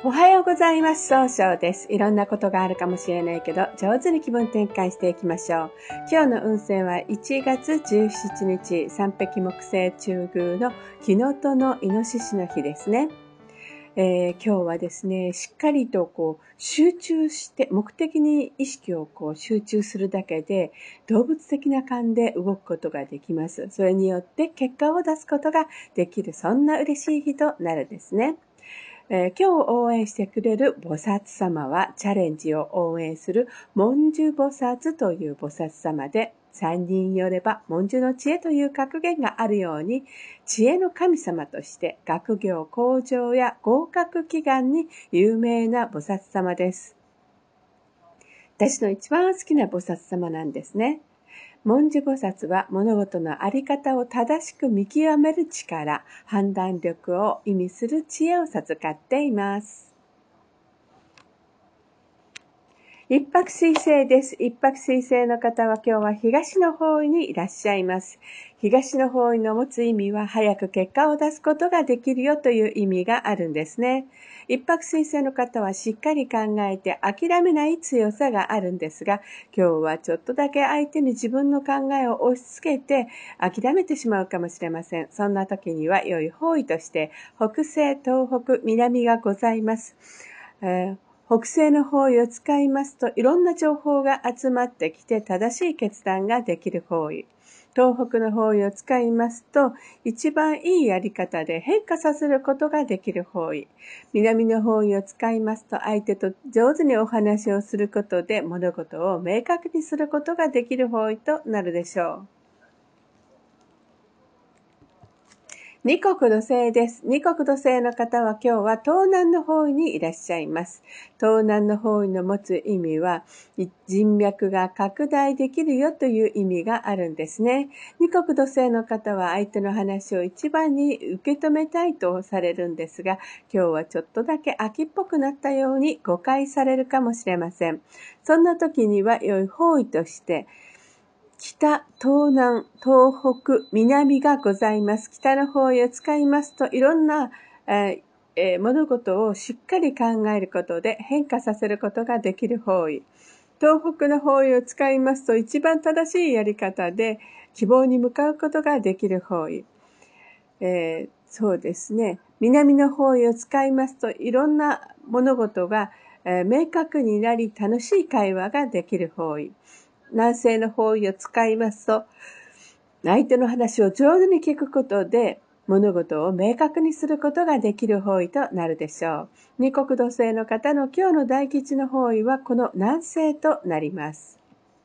おはようございます。総称です。いろんなことがあるかもしれないけど、上手に気分転換していきましょう。今日の運勢は1月17日、三匹木星中宮のキノトのイノシシの日ですね。今日はですね、しっかりと集中して、目的に意識を集中するだけで、動物的な感で動くことができます。それによって結果を出すことができる、そんな嬉しい日となるんですね。今日応援してくれる菩薩様は、チャレンジを応援する文殊菩薩という菩薩様で、三人よれば文殊の知恵という格言があるように、知恵の神様として学業向上や合格祈願に有名な菩薩様です。私の一番好きな菩薩様なんですね。文殊菩薩は物事のあり方を正しく見極める力、判断力を意味する知恵を授かっています。一泊水星です。一泊水星の方は今日は東の方位にいらっしゃいます。東の方位の持つ意味は早く結果を出すことができるよという意味があるんですね。一泊水星の方はしっかり考えて諦めない強さがあるんですが、今日はちょっとだけ相手に自分の考えを押し付けて諦めてしまうかもしれません。そんな時には良い方位として北西、東北、南がございます。北西の方位を使いますといろんな情報が集まってきて正しい決断ができる方位。東北の方位を使いますと一番いいやり方で変化させることができる方位。南の方位を使いますと相手と上手にお話をすることで物事を明確にすることができる方位となるでしょう。二国土星です。二国土星の方は今日は東南の方位にいらっしゃいます。東南の方位の持つ意味は人脈が拡大できるよという意味があるんですね。二国土星の方は相手の話を一番に受け止めたいとされるんですが、今日はちょっとだけ秋っぽくなったように誤解されるかもしれません。そんな時には良い方位として北、東南、東北、南がございます。北の方位を使いますといろんな、物事をしっかり考えることで変化させることができる方位。東北の方位を使いますと一番正しいやり方で希望に向かうことができる方位。そうですね。南の方位を使いますといろんな物事が、明確になり楽しい会話ができる方位。南西の方位を使いますと、相手の話を上手に聞くことで、物事を明確にすることができる方位となるでしょう。二国土星の方の今日の大吉の方位はこの南西となります。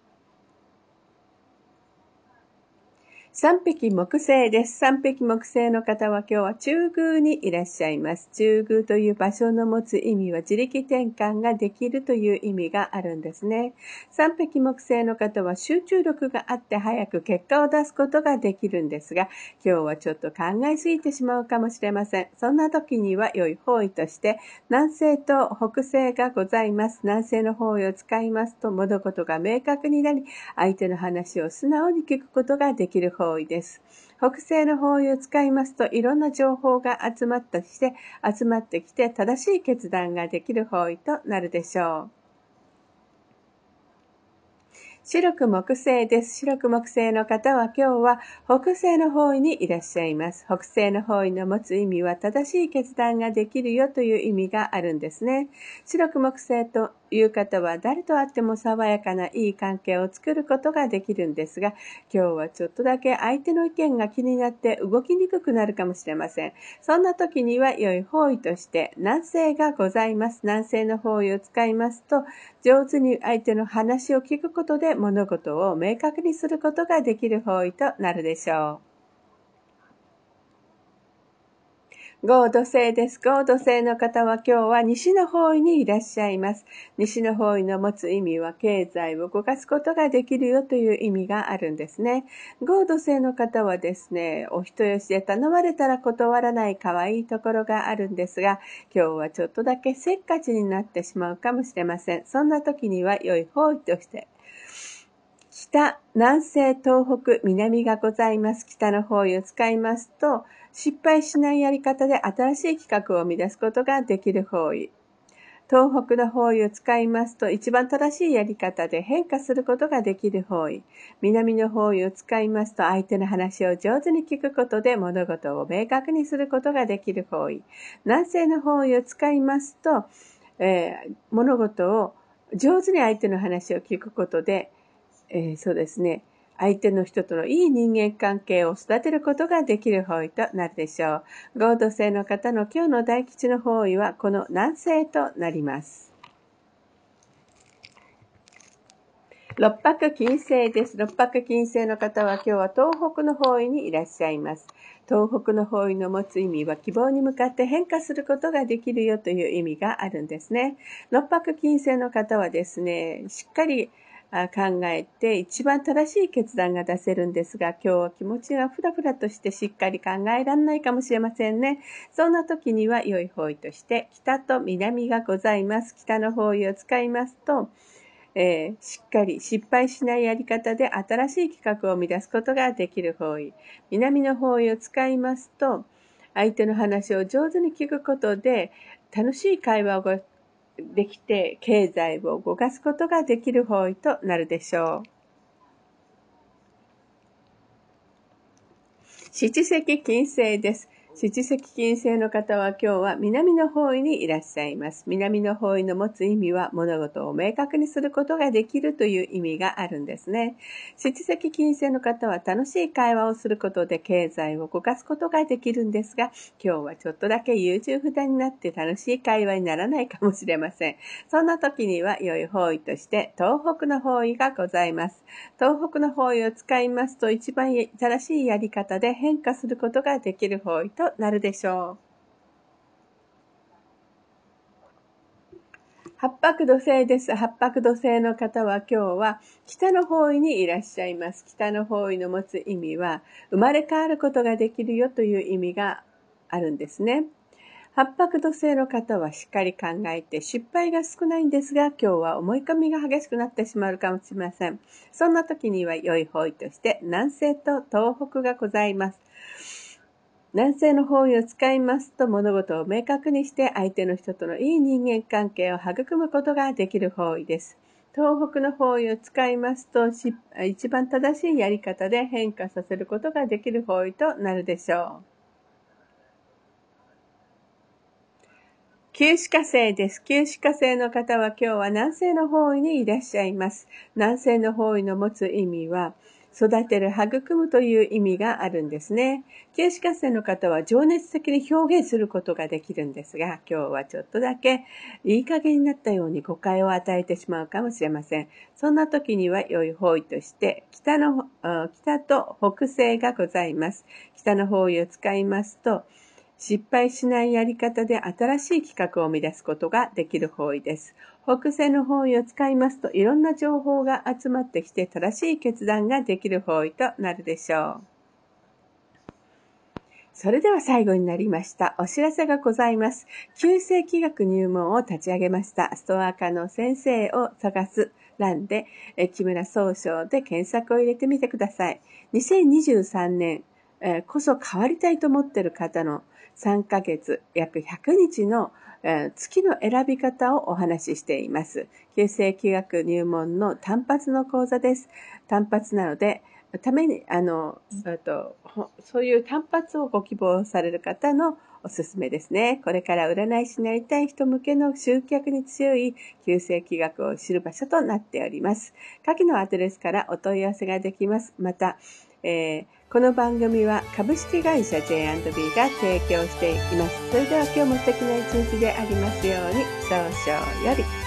三匹木星です。三匹木星の方は今日は中宮にいらっしゃいます。中宮という場所の持つ意味は自力転換ができるという意味があるんですね。三匹木星の方は集中力があって早く結果を出すことができるんですが、今日はちょっと考えすぎてしまうかもしれません。そんな時には良い方位として南西と北西がございます。南西の方位を使いますと物事が明確になり、相手の話を素直に聞くことができる方位です。北西の方位を使いますといろんな情報が集まってきて正しい決断ができる方位となるでしょう。白く木星です。白く木星の方は今日は北西の方位にいらっしゃいます。北西の方位の持つ意味は正しい決断ができるよという意味があるんですね。白く木星という方は誰と会っても爽やかないい関係を作ることができるんですが、今日はちょっとだけ相手の意見が気になって動きにくくなるかもしれません。そんな時には良い方位として南西がございます。南西の方位を使いますと上手に相手の話を聞くことで物事を明確にすることができる方位となるでしょう。合土星です。合土星の方は今日は西の方位にいらっしゃいます。西の方位の持つ意味は経済を動かすことができるよという意味があるんですね。合土星の方はですね、お人よしで頼まれたら断らない可愛いところがあるんですが、今日はちょっとだけせっかちになってしまうかもしれません。そんな時には良い方位として北、南西、東北、南がございます。北の方位を使いますと、失敗しないやり方で新しい企画を生み出すことができる方位。 東北の方位を使いますと、一番正しいやり方で変化することができる方位。南の方位を使いますと、相手の話を上手に聞くことで物事を明確にすることができる方位。南西の方位を使いますと、物事を上手に相手の話を聞くことで、そうですね、相手の人とのいい人間関係を育てることができる方位となるでしょう。合土星の方の今日の大吉の方位はこの南西となります。六白金星です。六白金星の方は今日は東北の方位にいらっしゃいます。東北の方位の持つ意味は希望に向かって変化することができるよという意味があるんですね。六白金星の方はですね、しっかり考えて一番正しい決断が出せるんですが、今日は気持ちがふらふらとしてしっかり考えられないかもしれませんね。そんな時には良い方位として北と南がございます。北の方位を使いますと、しっかり失敗しないやり方で新しい企画を生み出すことができる方位。南の方位を使いますと、相手の話を上手に聞くことで楽しい会話ができて経済を動かすことができる方位となるでしょう。七石金星です。七石金星の方は今日は南の方位にいらっしゃいます。南の方位の持つ意味は物事を明確にすることができるという意味があるんですね。七石金星の方は楽しい会話をすることで経済を動かすことができるんですが、今日はちょっとだけ優柔不断になって楽しい会話にならないかもしれません。そんな時には良い方位として東北の方位がございます。東北の方位を使いますと一番正しいやり方で変化することができる方位となるでしょう。八白土星です。八白土星の方は今日は北の方位にいらっしゃいます。北の方位の持つ意味は生まれ変わることができるよという意味があるんですね。八白土星の方はしっかり考えて失敗が少ないんですが、今日は思い込みが激しくなってしまうかもしれません。そんな時には良い方位として南西と東北がございます。南西の方位を使いますと物事を明確にして相手の人とのいい人間関係を育むことができる方位です。東北の方位を使いますと一番正しいやり方で変化させることができる方位となるでしょう。九死火星です。九死火星の方は今日は南西の方位にいらっしゃいます。南西の方位の持つ意味は育てる、育むという意味があるんですね。九死火星の方は情熱的に表現することができるんですが、今日はちょっとだけいい加減になったように誤解を与えてしまうかもしれません。そんな時には良い方位として北と北西がございます。北の方位を使いますと、失敗しないやり方で新しい企画を生み出すことができる方位です。北西の方位を使いますといろんな情報が集まってきて正しい決断ができる方位となるでしょう。それでは最後になりました。お知らせがございます。旧世紀学入門を立ち上げました。ストア科の先生を探す欄で木村総称で検索を入れてみてください。2023年こそ変わりたいと思っている方の3ヶ月約100日の月の選び方をお話ししています。旧世紀学入門の単発の講座です。単発なのでためにそういう単発をご希望される方のおすすめですね。これから占い師になりたい人向けの集客に強い旧世紀学を知る場所となっております。下記のアドレスからお問い合わせができます。また、この番組は株式会社 J&B が提供しています。それでは今日も素敵な一日でありますように。早々より。